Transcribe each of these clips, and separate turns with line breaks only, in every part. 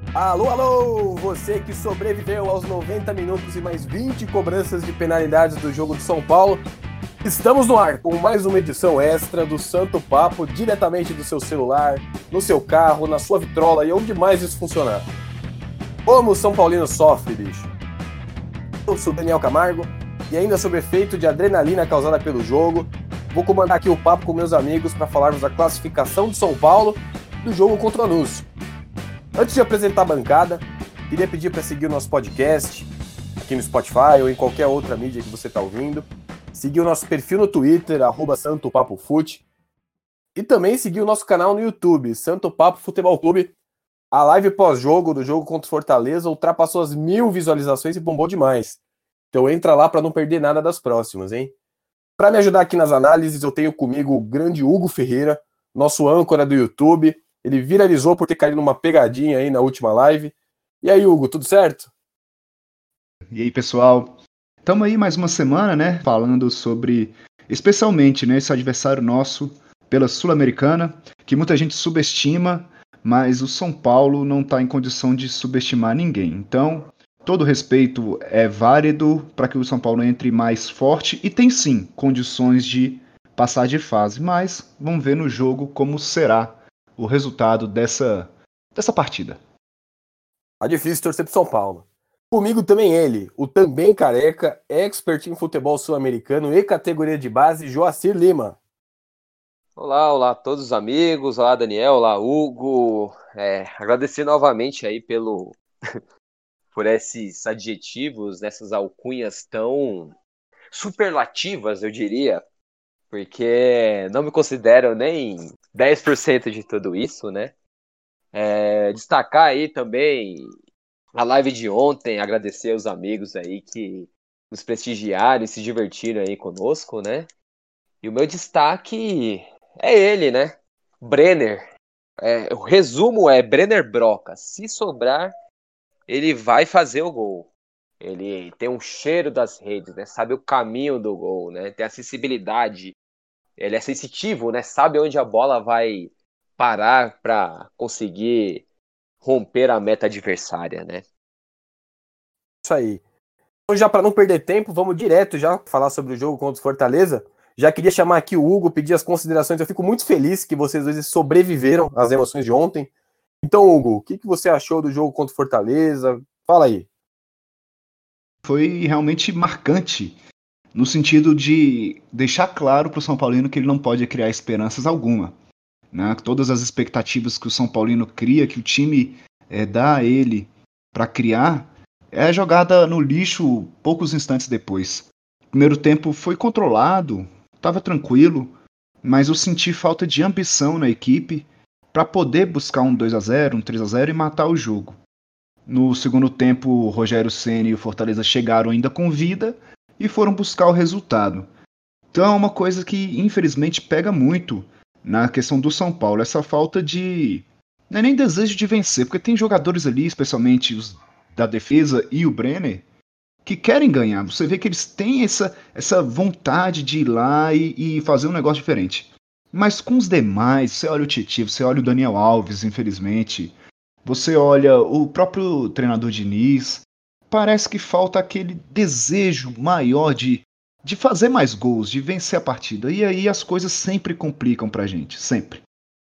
Alô, alô! Você que sobreviveu aos 90 minutos e mais 20 cobranças de penalidades do jogo de São Paulo. Estamos no ar com mais uma edição extra do Santo Papo, diretamente do seu celular, no seu carro, na sua vitrola e onde mais isso funcionar. Como o São Paulino sofre, bicho. Eu sou Daniel Camargo e ainda sob efeito de adrenalina causada pelo jogo, vou comandar aqui o papo com meus amigos para falarmos da classificação de São Paulo do jogo contra o Anúncio. Antes de apresentar a bancada, queria pedir para seguir o nosso podcast aqui no Spotify ou em qualquer outra mídia que você está ouvindo. Seguir o nosso perfil no Twitter, @SantoPapoFute. E também seguir o nosso canal no YouTube, Santo Papo Futebol Clube. A live pós-jogo do jogo contra o Fortaleza ultrapassou as 1.000 visualizações e bombou demais. Então entra lá para não perder nada das próximas, hein? Para me ajudar aqui nas análises, eu tenho comigo o grande Hugo Ferreira, nosso âncora do YouTube. Ele viralizou por ter caído numa pegadinha aí na última live. E aí, Hugo, tudo certo?
E aí, pessoal? Estamos aí mais uma semana, né? Falando sobre, especialmente, né, esse adversário nosso pela Sul-Americana, que muita gente subestima, mas o São Paulo não está em condição de subestimar ninguém. Então, todo respeito é válido para que o São Paulo entre mais forte e tem sim condições de passar de fase, mas vamos ver no jogo como será o resultado dessa partida.
Tá difícil torcer pro São Paulo. Comigo também ele, o também careca, expert em futebol sul-americano e categoria de base, Joacir Lima.
Olá, olá a todos os amigos, olá Daniel, olá Hugo. Agradecer novamente aí por esses adjetivos, essas alcunhas tão superlativas, eu diria, porque não me considero nem 10% de tudo isso, né? Destacar aí também a live de ontem, agradecer aos amigos aí que nos prestigiaram e se divertiram aí conosco, né? E o meu destaque é ele, né? Brenner. O resumo é Brenner Broca. Se sobrar, ele vai fazer o gol. Ele tem um cheiro das redes, né? Sabe o caminho do gol, né? Tem acessibilidade. Ele é sensitivo, né? Sabe onde a bola vai parar para conseguir romper a meta adversária, né?
Isso aí. Então, já para não perder tempo, vamos direto já falar sobre o jogo contra o Fortaleza. Já queria chamar aqui o Hugo, pedir as considerações. Eu fico muito feliz que vocês dois sobreviveram às emoções de ontem. Então, Hugo, o que você achou do jogo contra o Fortaleza? Fala aí.
Foi realmente marcante, no sentido de deixar claro para o São Paulino que ele não pode criar esperanças alguma. Né? Todas as expectativas que o São Paulino cria, que o time dá a ele para criar, é jogada no lixo poucos instantes depois. O primeiro tempo foi controlado, estava tranquilo, mas eu senti falta de ambição na equipe para poder buscar um 2-0, um 3-0 e matar o jogo. No segundo tempo, o Rogério Ceni e o Fortaleza chegaram ainda com vida e foram buscar o resultado. Então é uma coisa que, infelizmente, pega muito na questão do São Paulo. Essa falta de... Não é nem desejo de vencer, porque tem jogadores ali, especialmente os da defesa e o Brenner, que querem ganhar. Você vê que eles têm essa vontade de ir lá e fazer um negócio diferente. Mas com os demais, você olha o Titi, você olha o Daniel Alves, infelizmente, você olha o próprio treinador Diniz, parece que falta aquele desejo maior de fazer mais gols, de vencer a partida. E aí as coisas sempre complicam pra gente, sempre.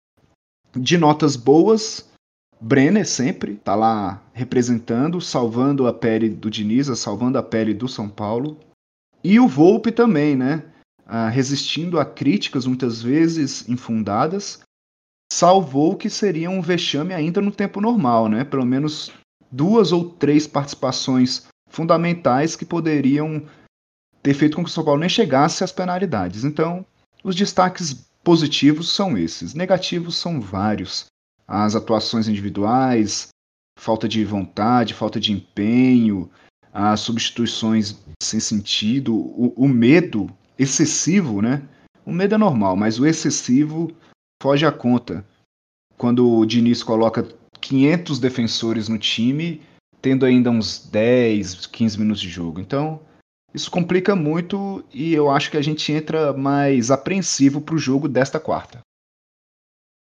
De notas boas, Brenner sempre tá lá representando, salvando a pele do Diniz, salvando a pele do São Paulo. E o Volpe também, né? Resistindo a críticas muitas vezes infundadas, salvou o que seria um vexame ainda no tempo normal, né? Pelo menos 2 ou 3 participações fundamentais que poderiam ter feito com que o São Paulo nem chegasse às penalidades. Então, os destaques positivos são esses. Negativos são vários. As atuações individuais, falta de vontade, falta de empenho, as substituições sem sentido, o medo excessivo, né? O medo é normal, mas o excessivo foge à conta. Quando o Diniz coloca 500 defensores no time, tendo ainda uns 10, 15 minutos de jogo. Então, isso complica muito e eu acho que a gente entra mais apreensivo para o jogo desta quarta.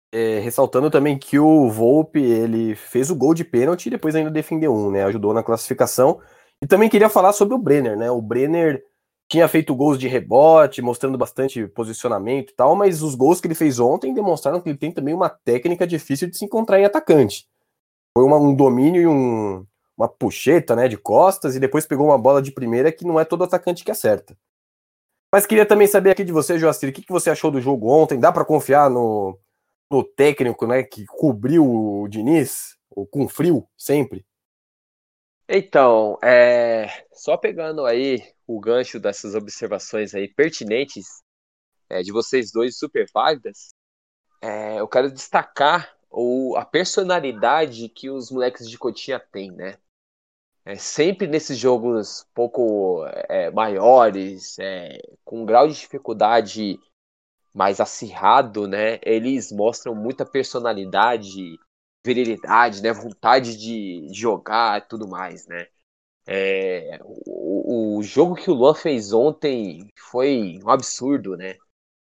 Ressaltando também que o Volpe, ele fez o gol de pênalti e depois ainda defendeu um, né? Ajudou na classificação. E também queria falar sobre o Brenner, né? O Brenner tinha feito gols de rebote, mostrando bastante posicionamento e tal, mas os gols que ele fez ontem demonstraram que ele tem também uma técnica difícil de se encontrar em atacante. Foi um domínio e uma puxeta, né, de costas, e depois pegou uma bola de primeira que não é todo atacante que acerta. Mas queria também saber aqui de você, Joacir, o que você achou do jogo ontem? Dá para confiar no técnico, né, que cobriu o Diniz, ou com frio, sempre?
Então, só pegando aí o gancho dessas observações aí pertinentes de vocês dois, super válidas, eu quero destacar a personalidade que os moleques de Cotia têm, né? Sempre nesses jogos pouco maiores, com um grau de dificuldade mais acirrado, né? Eles mostram muita personalidade, virilidade, né? Vontade de jogar e tudo mais, né? O jogo que o Luan fez ontem foi um absurdo, né?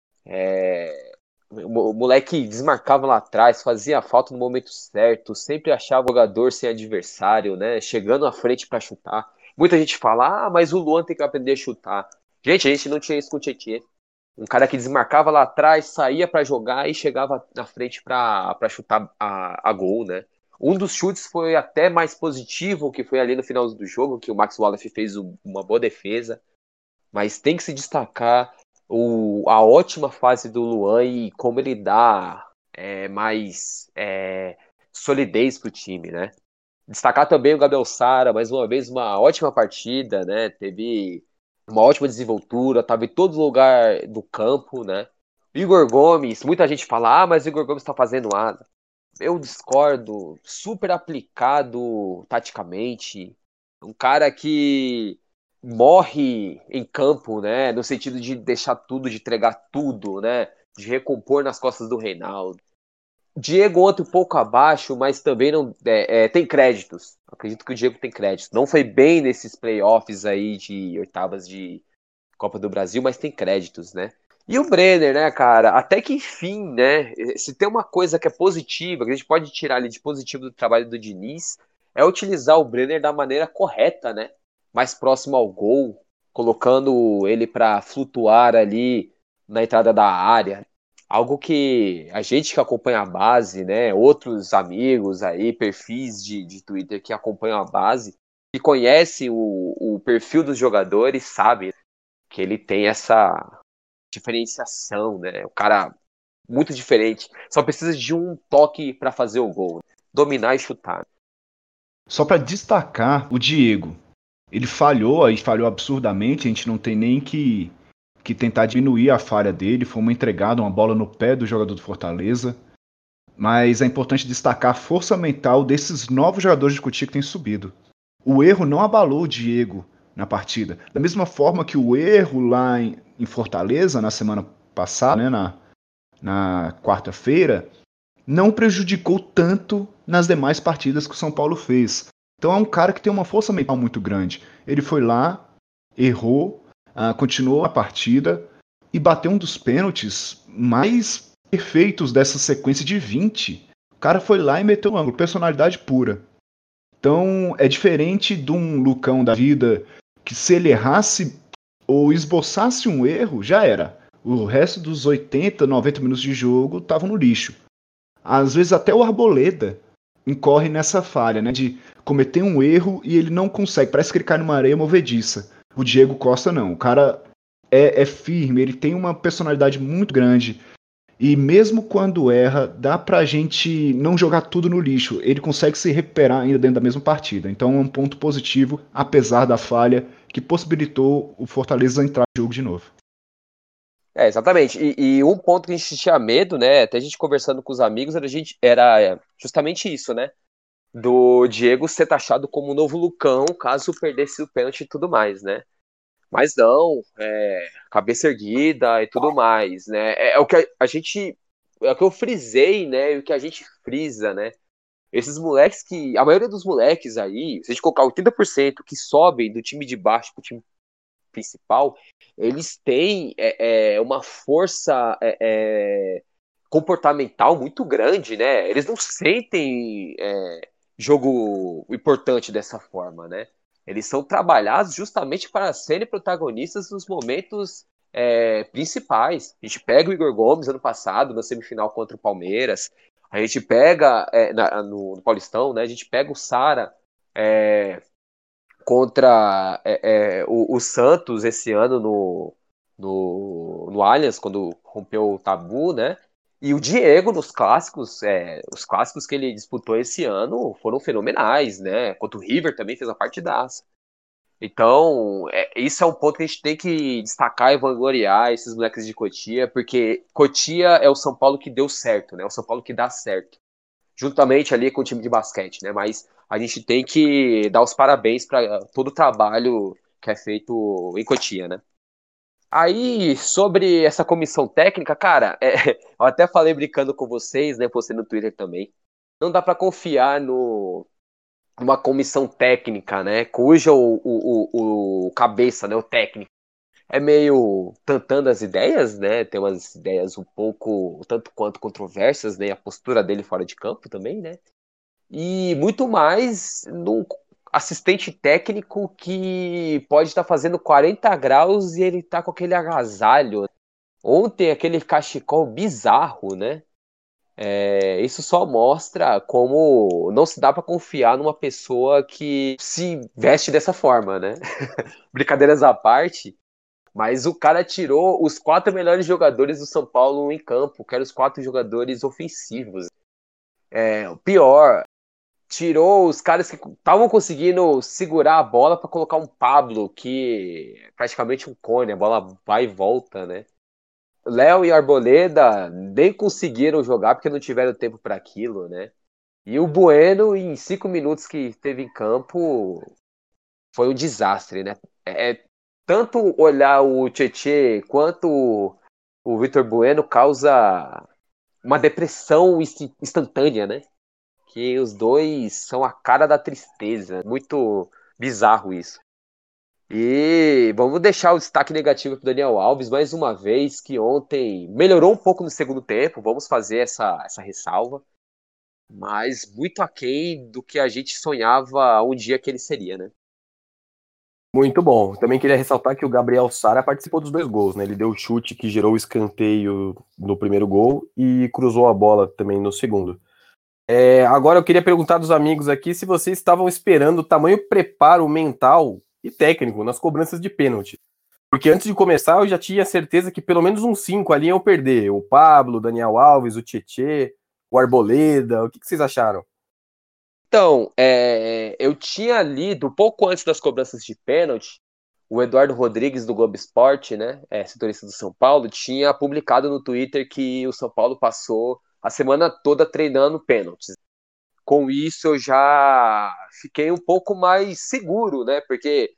O moleque desmarcava lá atrás, fazia a falta no momento certo, sempre achava o jogador sem adversário, né? Chegando à frente para chutar. Muita gente fala, mas o Luan tem que aprender a chutar. Gente, a gente não tinha isso com o Tietchan. Um cara que desmarcava lá atrás, saía para jogar e chegava na frente para chutar a gol, né? Um dos chutes foi até mais positivo, que foi ali no final do jogo, que o Max Wallace fez uma boa defesa. Mas tem que se destacar a ótima fase do Luan e como ele dá mais solidez pro time, né? Destacar também o Gabriel Sara, mais uma vez uma ótima partida, né? Teve uma ótima desenvoltura, estava em todo lugar do campo, né? Igor Gomes, muita gente fala, mas o Igor Gomes está fazendo nada. Eu discordo, super aplicado taticamente, um cara que morre em campo, né? No sentido de deixar tudo, de entregar tudo, né? De recompor nas costas do Reinaldo. Diego outro pouco abaixo, mas também não tem créditos. Acredito que o Diego tem créditos. Não foi bem nesses playoffs aí de oitavas de Copa do Brasil, mas tem créditos, né? E o Brenner, né, cara? Até que enfim, né? Se tem uma coisa que é positiva, que a gente pode tirar ali de positivo do trabalho do Diniz, é utilizar o Brenner da maneira correta, né? Mais próximo ao gol, colocando ele para flutuar ali na entrada da área. Algo que a gente que acompanha a base, né? Outros amigos aí, perfis de Twitter que acompanham a base, que conhecem o perfil dos jogadores, sabe que ele tem essa diferenciação, né? O cara muito diferente. Só precisa de um toque para fazer o gol. Dominar e chutar.
Só para destacar o Diego. Ele falhou, aí falhou absurdamente, a gente não tem nem que tentar diminuir a falha dele. Foi uma entregada, uma bola no pé do jogador do Fortaleza. Mas é importante destacar a força mental desses novos jogadores de Cotia que têm subido. O erro não abalou o Diego na partida. Da mesma forma que o erro lá em Fortaleza, na semana passada, né, na quarta-feira, não prejudicou tanto nas demais partidas que o São Paulo fez. Então é um cara que tem uma força mental muito grande. Ele foi lá, errou, continuou a partida e bateu um dos pênaltis mais perfeitos dessa sequência de 20. O cara foi lá e meteu um ângulo, personalidade pura. Então é diferente de um Lucão da vida que, se ele errasse ou esboçasse um erro, já era. O resto dos 80, 90 minutos de jogo estavam no lixo. Às vezes até o Arboleda incorre nessa falha, né, de cometer um erro e ele não consegue, parece que ele cai numa areia movediça. O Diego Costa não, o cara é firme, ele tem uma personalidade muito grande. E mesmo quando erra, dá pra gente não jogar tudo no lixo. Ele consegue se recuperar ainda dentro da mesma partida. Então é um ponto positivo, apesar da falha, que possibilitou o Fortaleza entrar no jogo de novo.
Exatamente. E um ponto que a gente tinha medo, né? Até a gente conversando com os amigos, era justamente isso, né? Do Diego ser taxado como o novo Lucão, caso perdesse o pênalti e tudo mais, né? Mas não, cabeça erguida e tudo mais, né? É o que a gente. É o que eu frisei, né? E o que a gente frisa, né? Esses moleques que. A maioria dos moleques aí, se a gente colocar 80% que sobem do time de baixo pro time principal, eles têm uma força comportamental muito grande, né? Eles não sentem jogo importante dessa forma, né? Eles são trabalhados justamente para serem protagonistas nos momentos principais. A gente pega o Igor Gomes ano passado, na semifinal contra o Palmeiras. A gente pega no Paulistão, né? A gente pega o Sara contra o Santos esse ano no Allianz, quando rompeu o tabu, né? E o Diego nos clássicos, os clássicos que ele disputou esse ano foram fenomenais, né? Contra o River também fez a partidaça. Então, isso é um ponto que a gente tem que destacar e vangloriar esses moleques de Cotia, porque Cotia é o São Paulo que deu certo, né? É o São Paulo que dá certo. Juntamente ali com o time de basquete, né? Mas a gente tem que dar os parabéns para todo o trabalho que é feito em Cotia, né? Aí, sobre essa comissão técnica, cara, eu até falei brincando com vocês, né? Postei no Twitter também. Não dá para confiar numa comissão técnica, né? Cuja o cabeça, né? O técnico é meio tantando as ideias, né? Tem umas ideias um pouco, tanto quanto controversas, né? A postura dele fora de campo também, né? E muito mais no assistente técnico que pode estar fazendo 40 graus e ele tá com aquele agasalho. Ontem, aquele cachecol bizarro, né? Isso só mostra como não se dá para confiar numa pessoa que se veste dessa forma, né? Brincadeiras à parte, mas o cara tirou os 4 melhores jogadores do São Paulo em campo, que eram os 4 jogadores ofensivos. O pior, tirou os caras que estavam conseguindo segurar a bola para colocar um Pablo, que é praticamente um cone, a bola vai e volta, né? Léo e Arboleda nem conseguiram jogar porque não tiveram tempo para aquilo, né? E o Bueno, em 5 minutos que esteve em campo, foi um desastre, né? Tanto olhar o Tietê quanto o Vitor Bueno causa uma depressão instantânea, né? Que os dois são a cara da tristeza. Muito bizarro isso. E vamos deixar o destaque negativo para o Daniel Alves mais uma vez, que ontem melhorou um pouco no segundo tempo. Vamos fazer essa ressalva. Mas muito aquém do que a gente sonhava um dia que ele seria, né?
Muito bom. Também queria ressaltar que o Gabriel Sara participou dos 2 gols, né? Ele deu o chute que gerou o escanteio no primeiro gol e cruzou a bola também no segundo. Agora eu queria perguntar dos amigos aqui se vocês estavam esperando o tamanho preparo mental e técnico nas cobranças de pênalti. Porque antes de começar eu já tinha certeza que pelo menos uns 5 ali iam perder. O Pablo, o Daniel Alves, o Tietê, o Arboleda. O que vocês acharam?
Então, eu tinha lido pouco antes das cobranças de pênalti, o Eduardo Rodrigues do Globo Esporte, né, setorista do São Paulo, tinha publicado no Twitter que o São Paulo passou a semana toda treinando pênaltis. Com isso eu já fiquei um pouco mais seguro, né, porque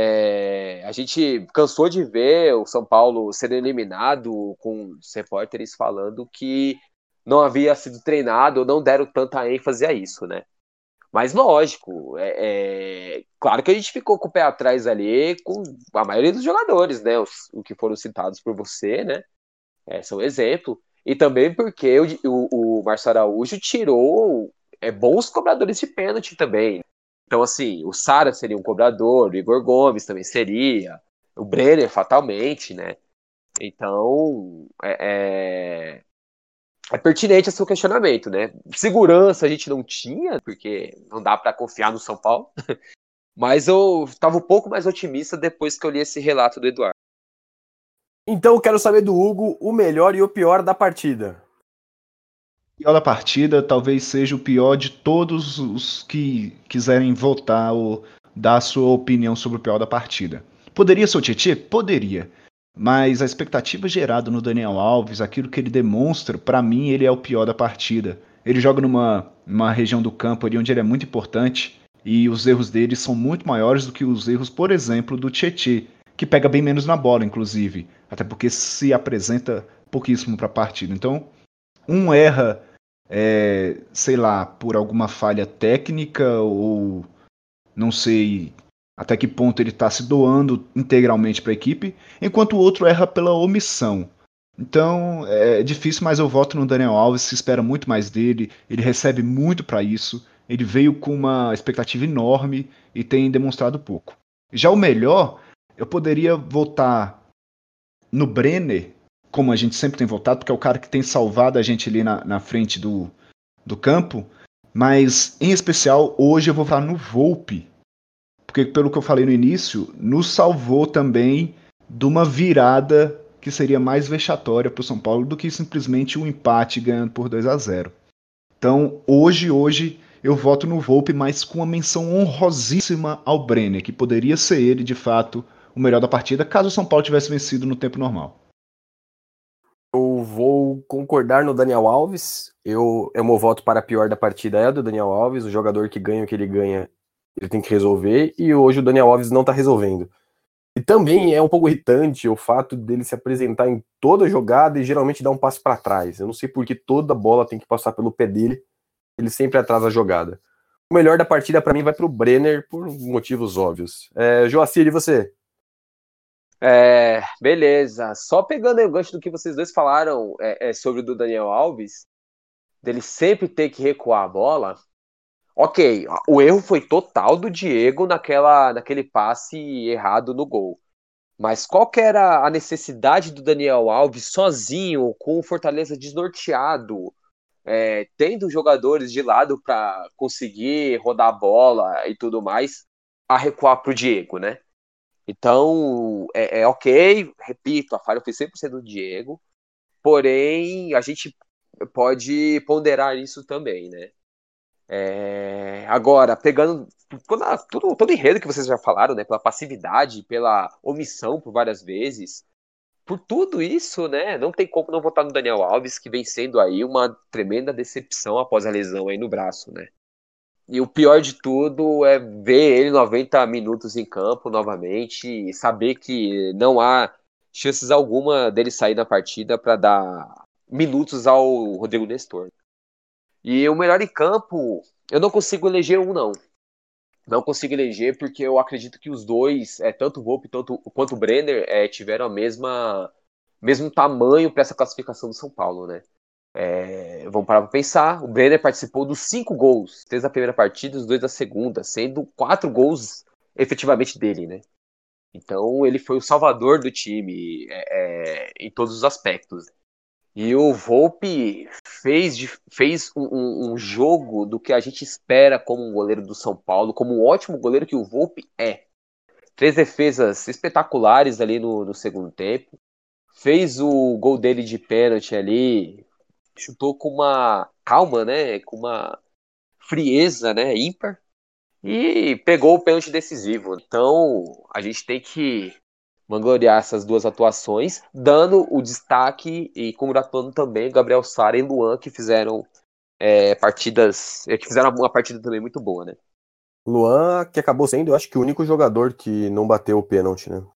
a gente cansou de ver o São Paulo sendo eliminado com os repórteres falando que não havia sido treinado ou não deram tanta ênfase a isso, né. Mas lógico, claro que a gente ficou com o pé atrás ali com a maioria dos jogadores, né? Os que foram citados por você, né? São exemplo. E também porque o Márcio Araújo tirou bons cobradores de pênalti também. Então, assim, o Sara seria um cobrador, o Igor Gomes também seria, o Brenner fatalmente, né? Então, é pertinente esse seu questionamento, né? Segurança a gente não tinha, porque não dá para confiar no São Paulo. Mas eu estava um pouco mais otimista depois que eu li esse relato do Eduardo.
Então eu quero saber do Hugo o melhor e o pior da partida.
O pior da partida talvez seja o pior de todos os que quiserem votar ou dar a sua opinião sobre o pior da partida. Poderia ser o Tietê? Poderia. Mas a expectativa gerada no Daniel Alves, aquilo que ele demonstra, para mim ele é o pior da partida. Ele joga numa região do campo ali onde ele é muito importante e os erros dele são muito maiores do que os erros, por exemplo, do Tietê, que pega bem menos na bola, inclusive. Até porque se apresenta pouquíssimo para a partida. Então, um erra, sei lá, por alguma falha técnica ou não sei até que ponto ele está se doando integralmente para a equipe, enquanto o outro erra pela omissão. Então é difícil, mas eu voto no Daniel Alves, se espera muito mais dele, ele recebe muito para isso, ele veio com uma expectativa enorme e tem demonstrado pouco. Já o melhor, eu poderia votar no Brenner, como a gente sempre tem votado, porque é o cara que tem salvado a gente ali na frente do campo, mas em especial hoje eu vou votar no Volpi, porque pelo que eu falei no início, nos salvou também de uma virada que seria mais vexatória para o São Paulo do que simplesmente um empate ganhando por 2-0. Então, hoje eu voto no Volpe, mas com uma menção honrosíssima ao Brenner, que poderia ser ele, de fato, o melhor da partida, caso o São Paulo tivesse vencido no tempo normal.
Eu vou concordar no Daniel Alves. O meu voto para a pior da partida é do Daniel Alves. O jogador que ganha o que ele ganha, ele tem que resolver. E hoje o Daniel Alves não está resolvendo. E também é um pouco irritante o fato dele se apresentar em toda jogada e geralmente dar um passo para trás. Eu não sei por que toda bola tem que passar pelo pé dele. Ele sempre atrasa a jogada. O melhor da partida para mim vai para o Brenner por motivos óbvios. Joacir, e você?
Beleza. Só pegando aí o gancho do que vocês dois falaram sobre o do Daniel Alves, dele sempre ter que recuar a bola. Ok, o erro foi total do Diego naquele passe errado no gol. Mas qual que era a necessidade do Daniel Alves sozinho, com o Fortaleza desnorteado, tendo jogadores de lado para conseguir rodar a bola e tudo mais, a recuar para o Diego, né? Então, ok, repito, a falha foi 100% do Diego, porém, a gente pode ponderar isso também, né? Agora, pegando todo enredo que vocês já falaram, né? Pela passividade, pela omissão por várias vezes, por tudo isso, né? Não tem como não votar no Daniel Alves, que vem sendo aí uma tremenda decepção após a lesão aí no braço, né? E o pior de tudo é ver ele 90 minutos em campo novamente e saber que não há chances alguma dele sair da partida para dar minutos ao Rodrigo Nestor. E o melhor em campo, eu não consigo eleger um, não. Não consigo eleger porque eu acredito que os dois, tanto o Volpe quanto o Brenner, tiveram mesmo tamanho para essa classificação do São Paulo, né? Vamos parar para pensar. O Brenner participou dos 5 gols, 3 da primeira partida e os 2 da segunda, sendo 4 gols efetivamente dele, né? Então ele foi o salvador do time em todos os aspectos. E o Volpi fez um jogo do que a gente espera como um goleiro do São Paulo, como um ótimo goleiro que o Volpi é. 3 defesas espetaculares ali no segundo tempo. Fez o gol dele de pênalti ali, chutou com uma calma, né? Com uma frieza, né? Ímpar. E pegou o pênalti decisivo. Então, a gente tem que vangloriar essas duas atuações, dando o destaque e congratulando também Gabriel Sara e Luan, que fizeram que fizeram uma partida também muito boa, né?
Luan, que acabou sendo, eu acho que o único jogador que não bateu o pênalti, né?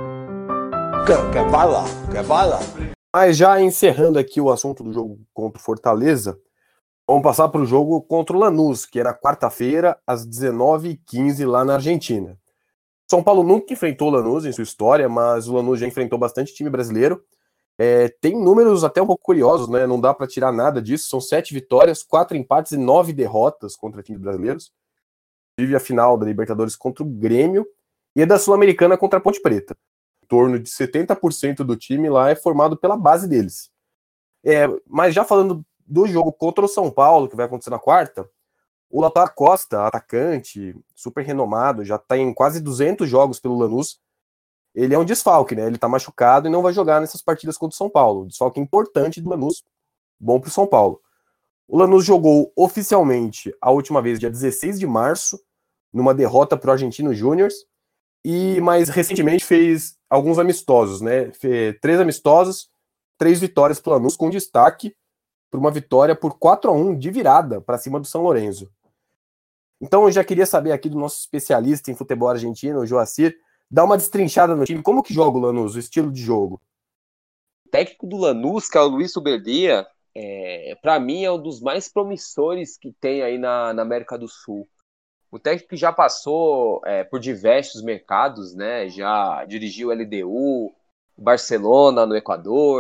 Quer bala? Quer bala?
Mas já encerrando aqui o assunto do jogo contra o Fortaleza, vamos passar para o jogo contra o Lanús, que era quarta-feira, às 19h15, lá na Argentina. São Paulo nunca enfrentou o Lanús em sua história, mas o Lanús já enfrentou bastante time brasileiro. Tem números até um pouco curiosos, né? Não dá para tirar nada disso. São 7 vitórias, 4 empates e 9 derrotas contra times brasileiros. Vive a final da Libertadores contra o Grêmio e a da Sul-Americana contra a Ponte Preta. Em torno de 70% do time lá é formado pela base deles. Mas já falando do jogo contra o São Paulo, que vai acontecer na quarta, o Lautaro Costa, atacante, super renomado, já está em quase 200 jogos pelo Lanús. Ele é um desfalque, né? Ele está machucado e não vai jogar nessas partidas contra o São Paulo. Desfalque importante do Lanús, bom para o São Paulo. O Lanús jogou oficialmente a última vez, dia 16 de março, numa derrota para o Argentino Júnior, e mais recentemente fez alguns amistosos, né? Fez 3 amistosos, 3 vitórias para o Lanús, com destaque para uma vitória por 4-1 de virada para cima do São Lourenço. Então eu já queria saber aqui do nosso especialista em futebol argentino, o Joacir, dar uma destrinchada no time. Como que joga o Lanús, o estilo de jogo?
O técnico do Lanús, que é o Luiz Uberdia, para mim é um dos mais promissores que tem aí na América do Sul. O técnico que já passou por diversos mercados, né? Já dirigiu o LDU, o Barcelona no Equador,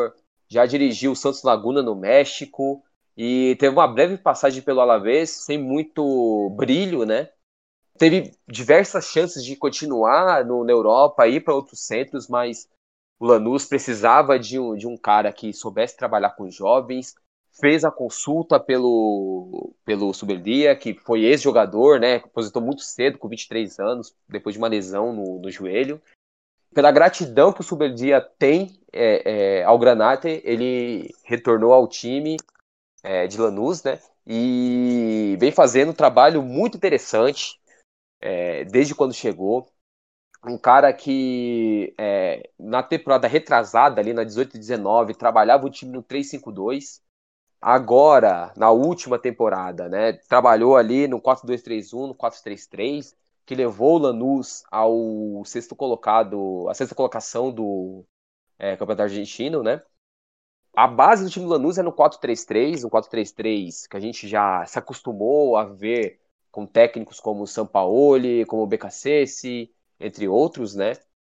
já dirigiu o Santos Laguna no México e teve uma breve passagem pelo Alavés, sem muito brilho, né? Teve diversas chances de continuar na Europa, ir para outros centros, mas o Lanús precisava de um cara que soubesse trabalhar com jovens, fez a consulta pelo Suberdia, que foi ex-jogador, né? Aposentou muito cedo, com 23 anos, depois de uma lesão no joelho. Pela gratidão que o Suberdia tem ao Granate, ele retornou ao time de Lanús, né? E vem fazendo um trabalho muito interessante desde quando chegou. Um cara que na temporada retrasada, ali na 18 e 19, trabalhava o time no 3-5-2. Agora, na última temporada, né, trabalhou ali no 4-2-3-1, no 4-3-3, que levou o Lanús ao sexto colocado, a sexta colocação do Campeonato Argentino, né? A base do time do Lanús é no 4-3-3, um 4-3-3 que a gente já se acostumou a ver com técnicos como o Sampaoli, como o BKSS, entre outros, né?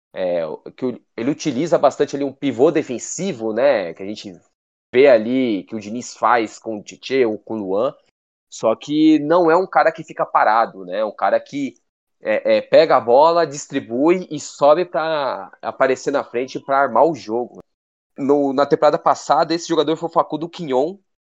Ele utiliza bastante ali um pivô defensivo, né? Que a gente vê ali que o Diniz faz com o Tite ou com o Luan, só que não é um cara que fica parado, né? É um cara que pega a bola, distribui e sobe para aparecer na frente para armar o jogo. Na temporada passada, esse jogador foi o Facundo Quignon,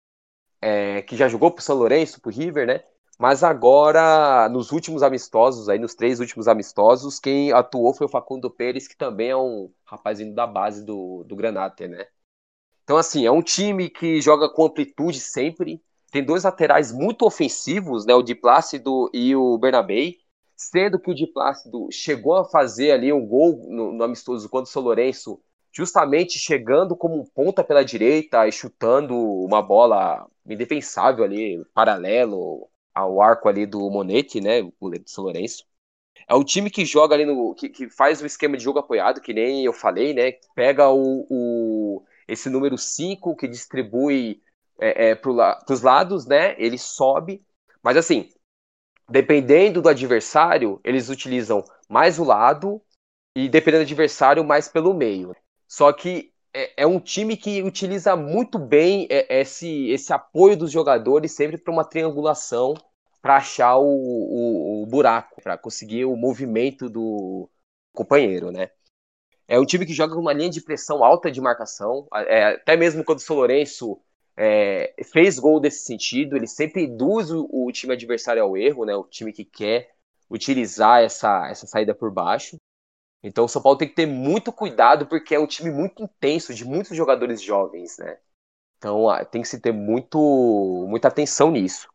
que já jogou pro São Lourenço, pro River, né? Mas agora, nos últimos amistosos, aí nos 3 últimos amistosos, quem atuou foi o Facundo Pérez, que também é um rapazinho da base do Granate, né? Então, assim, é um time que joga com amplitude sempre. Tem 2 laterais muito ofensivos, né? O Di Plácido e o Bernabei. Sendo que o Di Plácido chegou a fazer ali um gol no amistoso contra o São Lourenço, justamente chegando como um ponta pela direita e chutando uma bola indefensável ali, paralelo ao arco ali do Monetti, né? O goleiro do São Lourenço. É o time que joga ali que faz o esquema de jogo apoiado, que nem eu falei, né? Pega esse número 5 que distribui para os lados, né? Ele sobe. Mas assim, dependendo do adversário, eles utilizam mais o lado e dependendo do adversário, mais pelo meio. Só que é um time que utiliza muito bem esse apoio dos jogadores sempre para uma triangulação para achar o buraco, para conseguir o movimento do companheiro, né? É um time que joga com uma linha de pressão alta de marcação, até mesmo quando o São Lourenço fez gol desse sentido, ele sempre induz o time adversário ao erro, né? O time que quer utilizar essa saída por baixo. Então o São Paulo tem que ter muito cuidado porque é um time muito intenso, de muitos jogadores jovens, né? Então tem que se ter muita atenção nisso.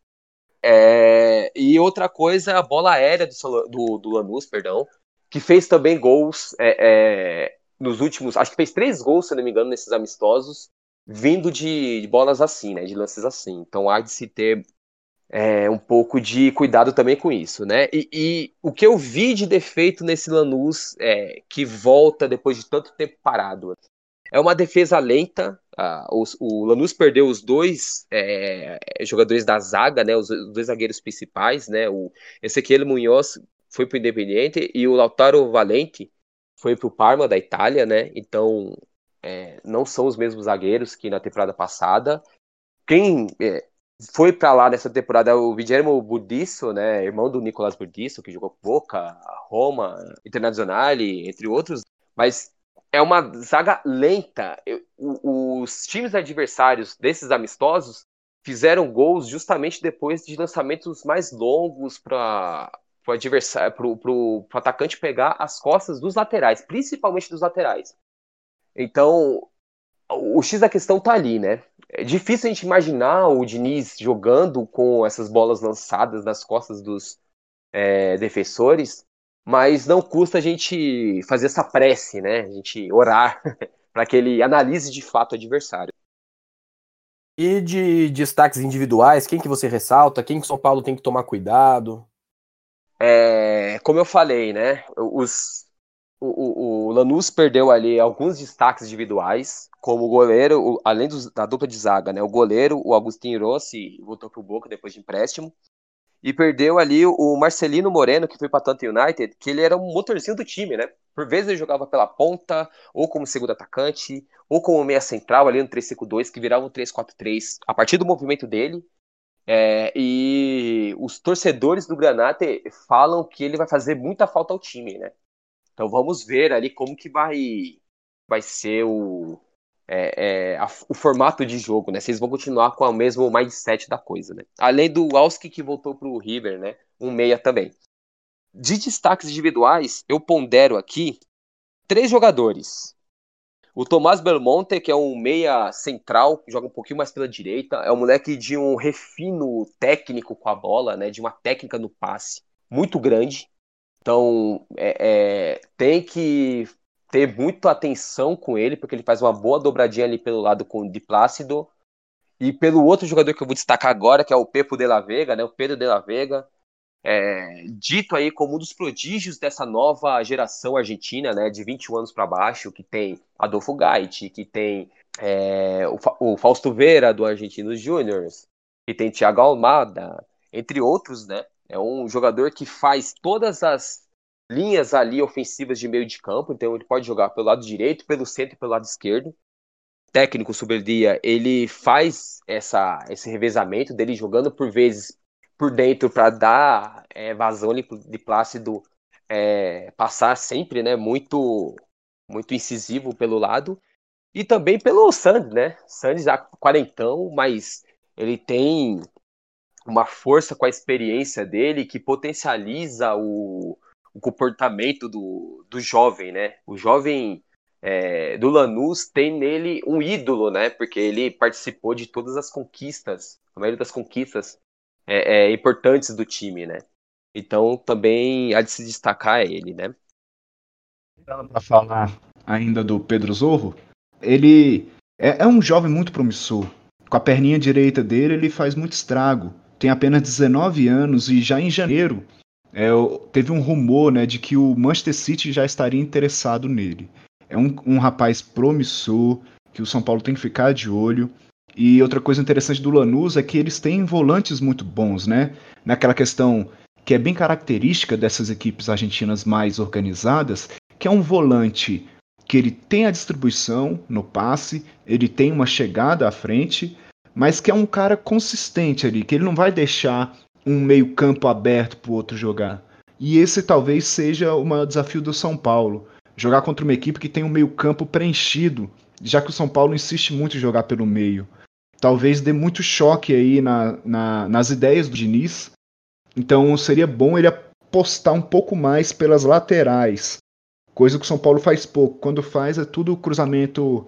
E outra coisa, a bola aérea do Lanús, perdão, que fez também gols nos últimos, acho que fez 3 gols, se não me engano, nesses amistosos, vindo de bolas assim, né? De lances assim. Então há de se ter um pouco de cuidado também com isso, né? E o que eu vi de defeito nesse Lanús, que volta depois de tanto tempo parado, é uma defesa lenta. O Lanús perdeu os 2 jogadores da zaga, né? Os 2 zagueiros principais, né? O Ezequiel Munhoz foi para o Independiente e o Lautaro Valente foi para o Parma da Itália, né? Então não são os mesmos zagueiros que na temporada passada. Quem foi para lá nessa temporada o Guillermo Burdisso, né, irmão do Nicolás Burdisso, que jogou Boca, Roma, Internazionale, entre outros, mas é uma zaga lenta. Os times adversários desses amistosos fizeram gols justamente depois de lançamentos mais longos para o adversário, para o atacante pegar as costas dos laterais, principalmente dos laterais. Então, o X da questão tá ali, né? É difícil a gente imaginar o Diniz jogando com essas bolas lançadas nas costas dos defensores, mas não custa a gente fazer essa prece, né? A gente orar para que ele analise de fato o adversário.
E de destaques individuais, quem que você ressalta? Quem que o São Paulo tem que tomar cuidado?
Como eu falei, né? O Lanús perdeu ali alguns destaques individuais, como o goleiro, além da dupla de zaga, né? O goleiro, o Agustinho Rossi, voltou pro Boca depois de empréstimo. E perdeu ali o Marcelino Moreno, que foi para Atlanta United, que ele era um motorzinho do time, né? Por vezes ele jogava pela ponta, ou como segundo atacante, ou como meia central ali no 3-5-2, que virava um 3-4-3 a partir do movimento dele. E os torcedores do Granate falam que ele vai fazer muita falta ao time, né? Então vamos ver ali como que vai ser o formato de jogo, né? Vocês vão continuar com o mesmo mindset da coisa, né? Além do Alski que voltou para o River, né? Um meia também. De destaques individuais, eu pondero aqui 3 jogadores. O Tomás Belmonte, que é um meia central, que joga um pouquinho mais pela direita, é um moleque de um refino técnico com a bola, né? De uma técnica no passe muito grande. Então, tem que ter muita atenção com ele, porque ele faz uma boa dobradinha ali pelo lado com o Di Plácido. E pelo outro jogador que eu vou destacar agora, que é o Pepo de la Vega, né? O Pedro de la Vega, dito aí como um dos prodígios dessa nova geração argentina, né? De 21 anos para baixo, que tem Adolfo Gaiti, que tem o Fausto Vera, do Argentinos Júniors, que tem Thiago Almada, entre outros, né? É um jogador que faz todas as linhas ali ofensivas de meio de campo, então ele pode jogar pelo lado direito, pelo centro e pelo lado esquerdo. Técnico Superdia, ele faz esse revezamento dele jogando por vezes por dentro para dar vazão de Plácido passar sempre, né? Muito, muito incisivo pelo lado. E também pelo Sandy, né? Sandy já quarentão, mas ele tem uma força com a experiência dele que potencializa o comportamento do jovem, né? O jovem do Lanús tem nele um ídolo, né? Porque ele participou de todas as conquistas, a maioria das conquistas importantes do time, né? Então também há de se destacar ele, né?
Para falar ainda do Pedro Zorro, ele é um jovem muito promissor. Com a perninha direita dele, ele faz muito estrago. Tem apenas 19 anos e já em janeiro teve um rumor, né, de que o Manchester City já estaria interessado nele. É um rapaz promissor que o São Paulo tem que ficar de olho. E outra coisa interessante do Lanús é que eles têm volantes muito bons, né? Naquela questão que é bem característica dessas equipes argentinas mais organizadas, que é um volante que ele tem a distribuição no passe, ele tem uma chegada à frente, mas que é um cara consistente ali, que ele não vai deixar um meio campo aberto para o outro jogar. E esse talvez seja o maior desafio do São Paulo, jogar contra uma equipe que tem um meio campo preenchido, já que o São Paulo insiste muito em jogar pelo meio. Talvez dê muito choque aí nas ideias do Diniz, então seria bom ele apostar um pouco mais pelas laterais, coisa que o São Paulo faz pouco. Quando faz é tudo cruzamento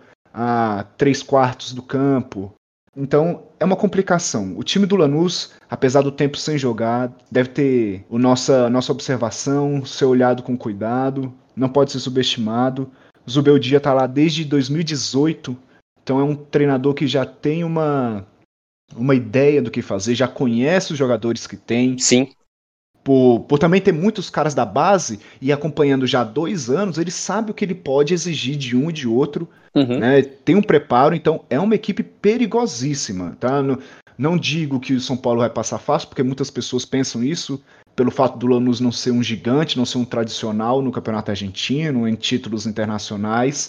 a 3/4 do campo. Então é uma complicação. O time do Lanús, apesar do tempo sem jogar, deve ter nossa observação, ser olhado com cuidado, não pode ser subestimado. O Zubeldia está lá desde 2018, então é um treinador que já tem uma ideia do que fazer, já conhece os jogadores que tem.
Sim.
Por também ter muitos caras da base e acompanhando já há 2 anos, ele sabe o que ele pode exigir de um e de outro.
Uhum.
Né? Tem um preparo, então é uma equipe perigosíssima. Tá? Não digo que o São Paulo vai passar fácil, porque muitas pessoas pensam isso, pelo fato do Lanús não ser um gigante, não ser um tradicional no Campeonato Argentino, em títulos internacionais,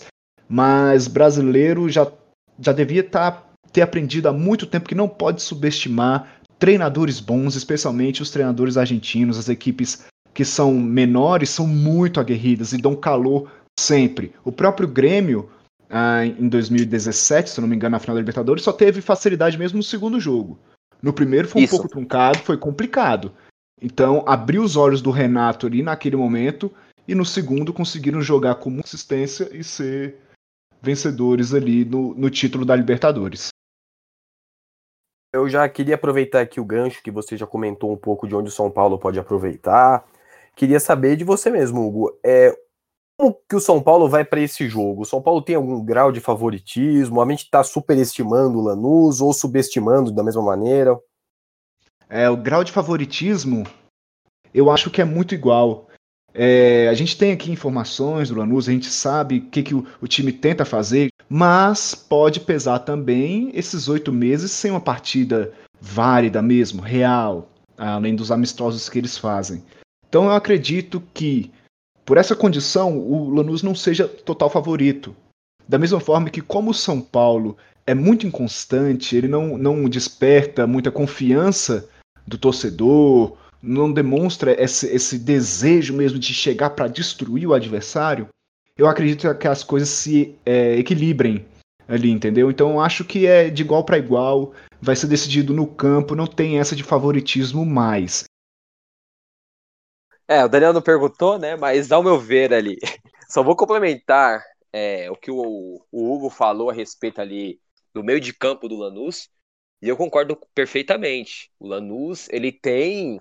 mas brasileiro já devia ter aprendido há muito tempo que não pode subestimar treinadores bons, especialmente os treinadores argentinos. As equipes que são menores são muito aguerridas e dão calor sempre. O próprio Grêmio, em 2017, se não me engano, na final da Libertadores, só teve facilidade mesmo no segundo jogo. No primeiro foi um pouco truncado, foi complicado. Então, abriu os olhos do Renato ali naquele momento, e no segundo conseguiram jogar com muita consistência e ser vencedores ali no título da Libertadores.
Eu já queria aproveitar aqui o gancho que você já comentou um pouco de onde o São Paulo pode aproveitar. Queria saber de você mesmo, Hugo. Como que o São Paulo vai para esse jogo? O São Paulo tem algum grau de favoritismo? A gente está superestimando o Lanús ou subestimando da mesma maneira?
O grau de favoritismo, eu acho que é muito igual. A gente tem aqui informações do Lanús, a gente sabe o que o time tenta fazer, mas pode pesar também esses 8 meses sem uma partida válida mesmo, real. além dos amistosos que eles fazem. Então eu acredito que, por essa condição, o Lanús não seja total favorito. Da mesma forma que, como o São Paulo é muito inconstante, ele não desperta muita confiança do torcedor, não demonstra esse desejo mesmo de chegar para destruir o adversário, eu acredito que as coisas se equilibrem ali, entendeu? Então eu acho que é de igual para igual, vai ser decidido no campo, não tem essa de favoritismo mais.
O Daniel não perguntou, né? Mas ao meu ver ali, só vou complementar o que o Hugo falou a respeito ali do meio de campo do Lanús, e eu concordo perfeitamente. O Lanús, ele tem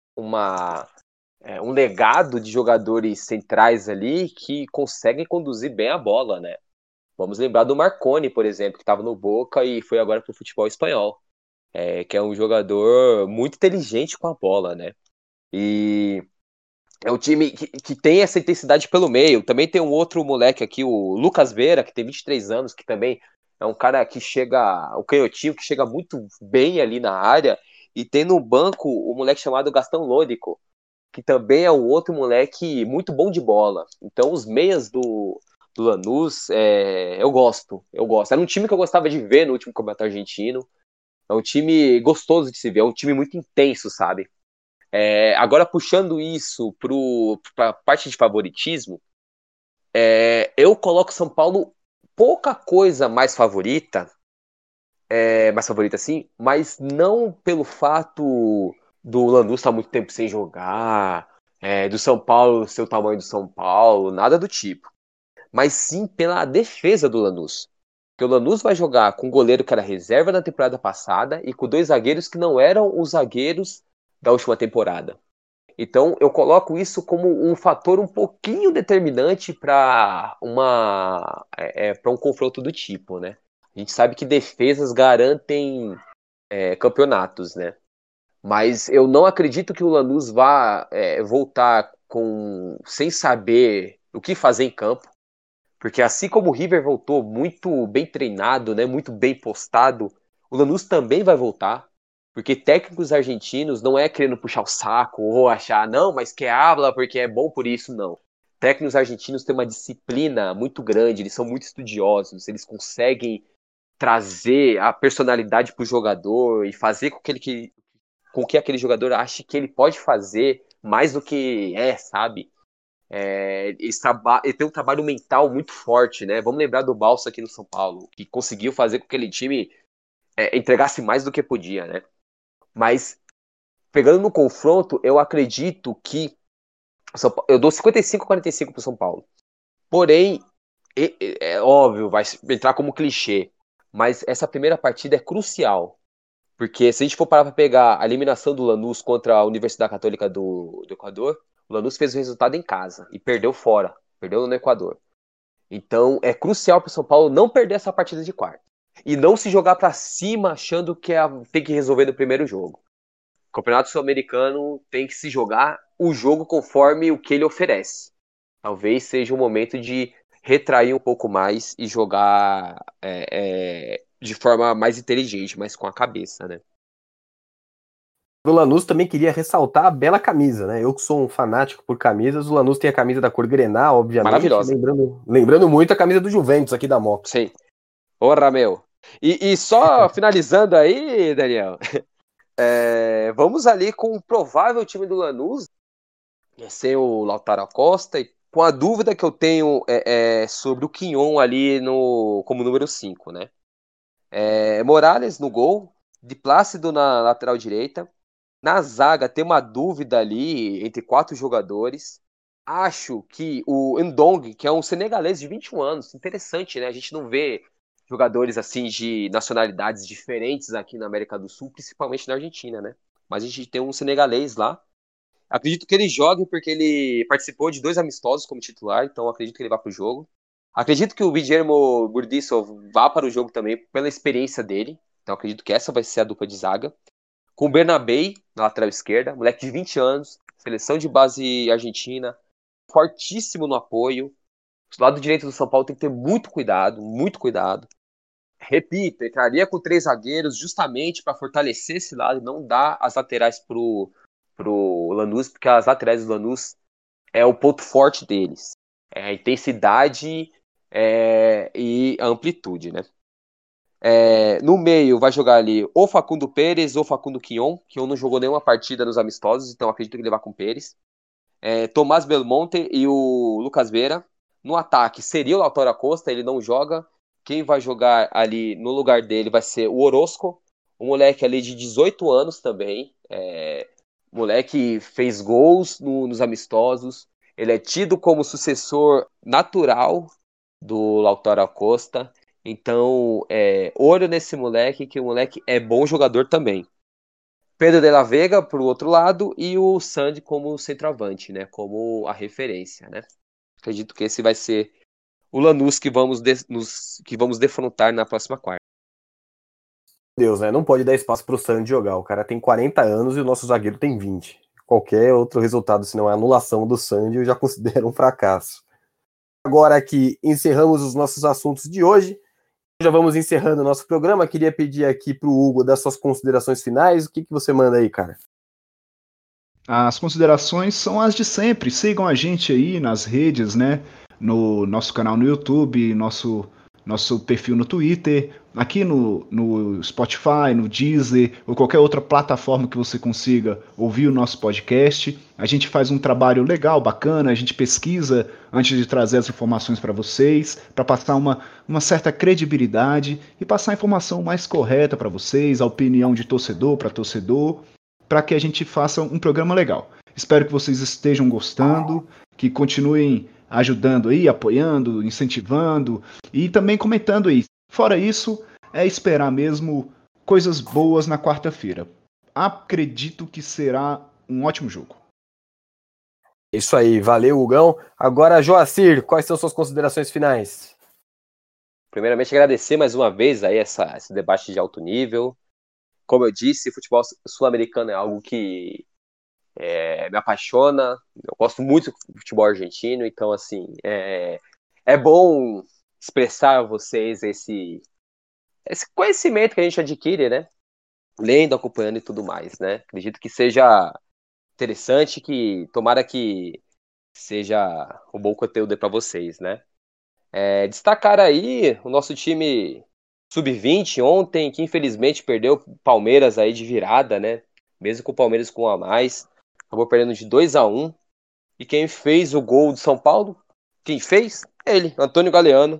um legado de jogadores centrais ali que conseguem conduzir bem a bola, né? Vamos lembrar do Marconi, por exemplo, que estava no Boca e foi agora para o futebol espanhol, que é um jogador muito inteligente com a bola, né? E é um time que tem essa intensidade pelo meio. Também tem um outro moleque aqui, o Lucas Veira, que tem 23 anos, que também é um cara que chega, o canhotinho, que chega muito bem ali na área. E tem no banco o moleque chamado Gastão Lônico, que também é um outro moleque muito bom de bola. Então os meias do Lanús, eu gosto. Era um time que eu gostava de ver no último campeonato argentino. É um time gostoso de se ver, é um time muito intenso, sabe? Agora, puxando isso para a parte de favoritismo, eu coloco São Paulo pouca coisa mais favorita sim, mas não pelo fato do Lanús estar muito tempo sem jogar, do São Paulo ser o tamanho do São Paulo, nada do tipo. Mas sim pela defesa do Lanús. Porque o Lanús vai jogar com um goleiro que era reserva na temporada passada e com 2 zagueiros que não eram os zagueiros da última temporada. Então, eu coloco isso como um fator um pouquinho determinante para um confronto do tipo, né? A gente sabe que defesas garantem campeonatos, né? Mas eu não acredito que o Lanús vá voltar sem saber o que fazer em campo, porque assim como o River voltou muito bem treinado, né, muito bem postado, o Lanús também vai voltar. Porque técnicos argentinos não é querendo puxar o saco ou achar, não, mas que habla porque é bom por isso, não. Técnicos argentinos têm uma disciplina muito grande, eles são muito estudiosos, eles conseguem trazer a personalidade para o jogador e fazer com que aquele jogador ache que ele pode fazer mais do que sabe? Ele tem um trabalho mental muito forte, né? Vamos lembrar do Balsa aqui no São Paulo, que conseguiu fazer com que aquele time entregasse mais do que podia, né? Mas, pegando no confronto, eu acredito que eu dou 55-45 pro São Paulo. Porém, é óbvio, vai entrar como clichê, mas essa primeira partida é crucial. Porque se a gente for parar para pegar a eliminação do Lanús contra a Universidade Católica do Equador, o Lanús fez o resultado em casa e perdeu fora, perdeu no Equador. Então, é crucial para o São Paulo não perder essa partida de quarta. E não se jogar para cima achando que tem que resolver no primeiro jogo. O Campeonato Sul-Americano tem que se jogar o jogo conforme o que ele oferece. Talvez seja o momento de retrair um pouco mais e jogar de forma mais inteligente, mas com a cabeça, né?
O Lanús também queria ressaltar a bela camisa, né? Eu que sou um fanático por camisas, o Lanús tem a camisa da cor Grenal, obviamente.
Maravilhosa.
Lembrando muito a camisa do Juventus aqui da Moca.
Sim. Porra, meu. E só finalizando aí, Daniel, vamos ali com o provável time do Lanús, sem o Lautaro Costa, e com a dúvida que eu tenho sobre o Quinhon ali como número 5, né? Morales no gol, de Plácido na lateral direita. Na zaga tem uma dúvida ali entre 4 jogadores. Acho que o Ndong, que é um senegalês de 21 anos, interessante, né? A gente não vê jogadores assim de nacionalidades diferentes aqui na América do Sul, principalmente na Argentina, né? Mas a gente tem um senegalês lá. Acredito que ele jogue porque ele participou de 2 amistosos como titular, então acredito que ele vá para o jogo. Acredito que o Guillermo Burdisso vá para o jogo também pela experiência dele, então acredito que essa vai ser a dupla de zaga. Com o Bernabei na lateral esquerda, moleque de 20 anos, seleção de base argentina, fortíssimo no apoio. Do lado direito do São Paulo tem que ter muito cuidado, muito cuidado. repito, entraria com 3 zagueiros justamente para fortalecer esse lado e não dar as laterais pro Lanús, porque as laterais do Lanús é o ponto forte deles. É a intensidade e a amplitude, né? No meio vai jogar ali ou Facundo Pérez ou Facundo Quion, que não jogou nenhuma partida nos amistosos, então acredito que ele vai com o Pérez. Tomás Belmonte e o Lucas Vera. No ataque seria o Lautaro Acosta, ele não joga. Quem vai jogar ali no lugar dele vai ser o Orozco, um moleque ali de 18 anos também. Moleque fez gols nos amistosos. Ele é tido como sucessor natural do Lautaro Acosta. Então, olho nesse moleque, que o moleque é bom jogador também. Pedro de la Vega pro outro lado e o Sandy como centroavante, né? Como a referência, né? Acredito que esse vai ser o Lanús que vamos defrontar na próxima quarta.
Deus, né? Não pode dar espaço pro Sandy jogar. O cara tem 40 anos e o nosso zagueiro tem 20. Qualquer outro resultado, se não é anulação do Sandy, eu já considero um fracasso. Agora que encerramos os nossos assuntos de hoje, já vamos encerrando o nosso programa. Queria pedir aqui pro Hugo dar suas considerações finais. O que você manda aí, cara?
As considerações são as de sempre. Sigam a gente aí nas redes, né? No nosso canal no YouTube, nosso perfil no Twitter, aqui no Spotify, no Deezer, ou qualquer outra plataforma que você consiga ouvir o nosso podcast. A gente faz um trabalho legal, bacana, a gente pesquisa antes de trazer as informações para vocês, para passar uma certa credibilidade e passar a informação mais correta para vocês, a opinião de torcedor para torcedor, para que a gente faça um programa legal. Espero que vocês estejam gostando, que continuem ajudando aí, apoiando, incentivando e também comentando aí. Fora isso, é esperar mesmo coisas boas na quarta-feira. Acredito que será um ótimo jogo.
Isso aí, valeu, Hugão. Agora, Joacir, quais são suas considerações finais?
Primeiramente, agradecer mais uma vez aí esse debate de alto nível. Como eu disse, futebol sul-americano é algo que me apaixona. Eu gosto muito do futebol argentino, então, assim, é bom expressar a vocês esse conhecimento que a gente adquire, né? Lendo, acompanhando e tudo mais, né? Acredito que seja interessante, que tomara que seja um bom conteúdo para vocês, né? Destacar aí o nosso time sub-20 ontem, que infelizmente perdeu o Palmeiras aí de virada, né? Mesmo com o Palmeiras com um a mais, acabou perdendo de 2-1. E quem fez o gol de São Paulo? Quem fez? Ele, Antônio Galeano,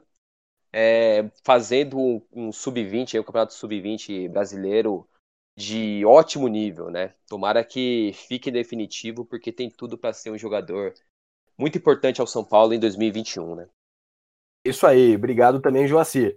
fazendo um sub-20, o campeonato sub-20 brasileiro de ótimo nível, né? Tomara que fique definitivo, porque tem tudo para ser um jogador muito importante ao São Paulo em 2021, né?
Isso aí, obrigado também, Joacir.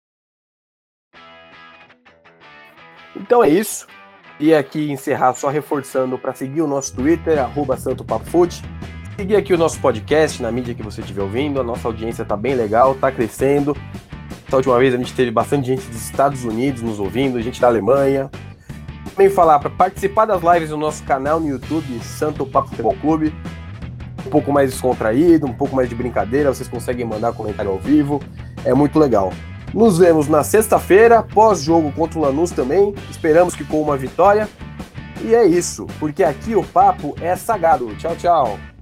Então é isso. E aqui encerrar só reforçando para seguir o nosso Twitter, @SantoPapoFute. Seguir aqui o nosso podcast na mídia que você estiver ouvindo. A nossa audiência está bem legal, está crescendo. Essa última vez a gente teve bastante gente dos Estados Unidos nos ouvindo, gente da Alemanha. Também falar para participar das lives do nosso canal no YouTube, Santo Papo Futebol Clube. Um pouco mais descontraído, um pouco mais de brincadeira. Vocês conseguem mandar comentário ao vivo. É muito legal. Nos vemos na sexta-feira, pós-jogo contra o Lanús também. Esperamos que com uma vitória. E é isso, porque aqui o papo é sagrado. Tchau, tchau.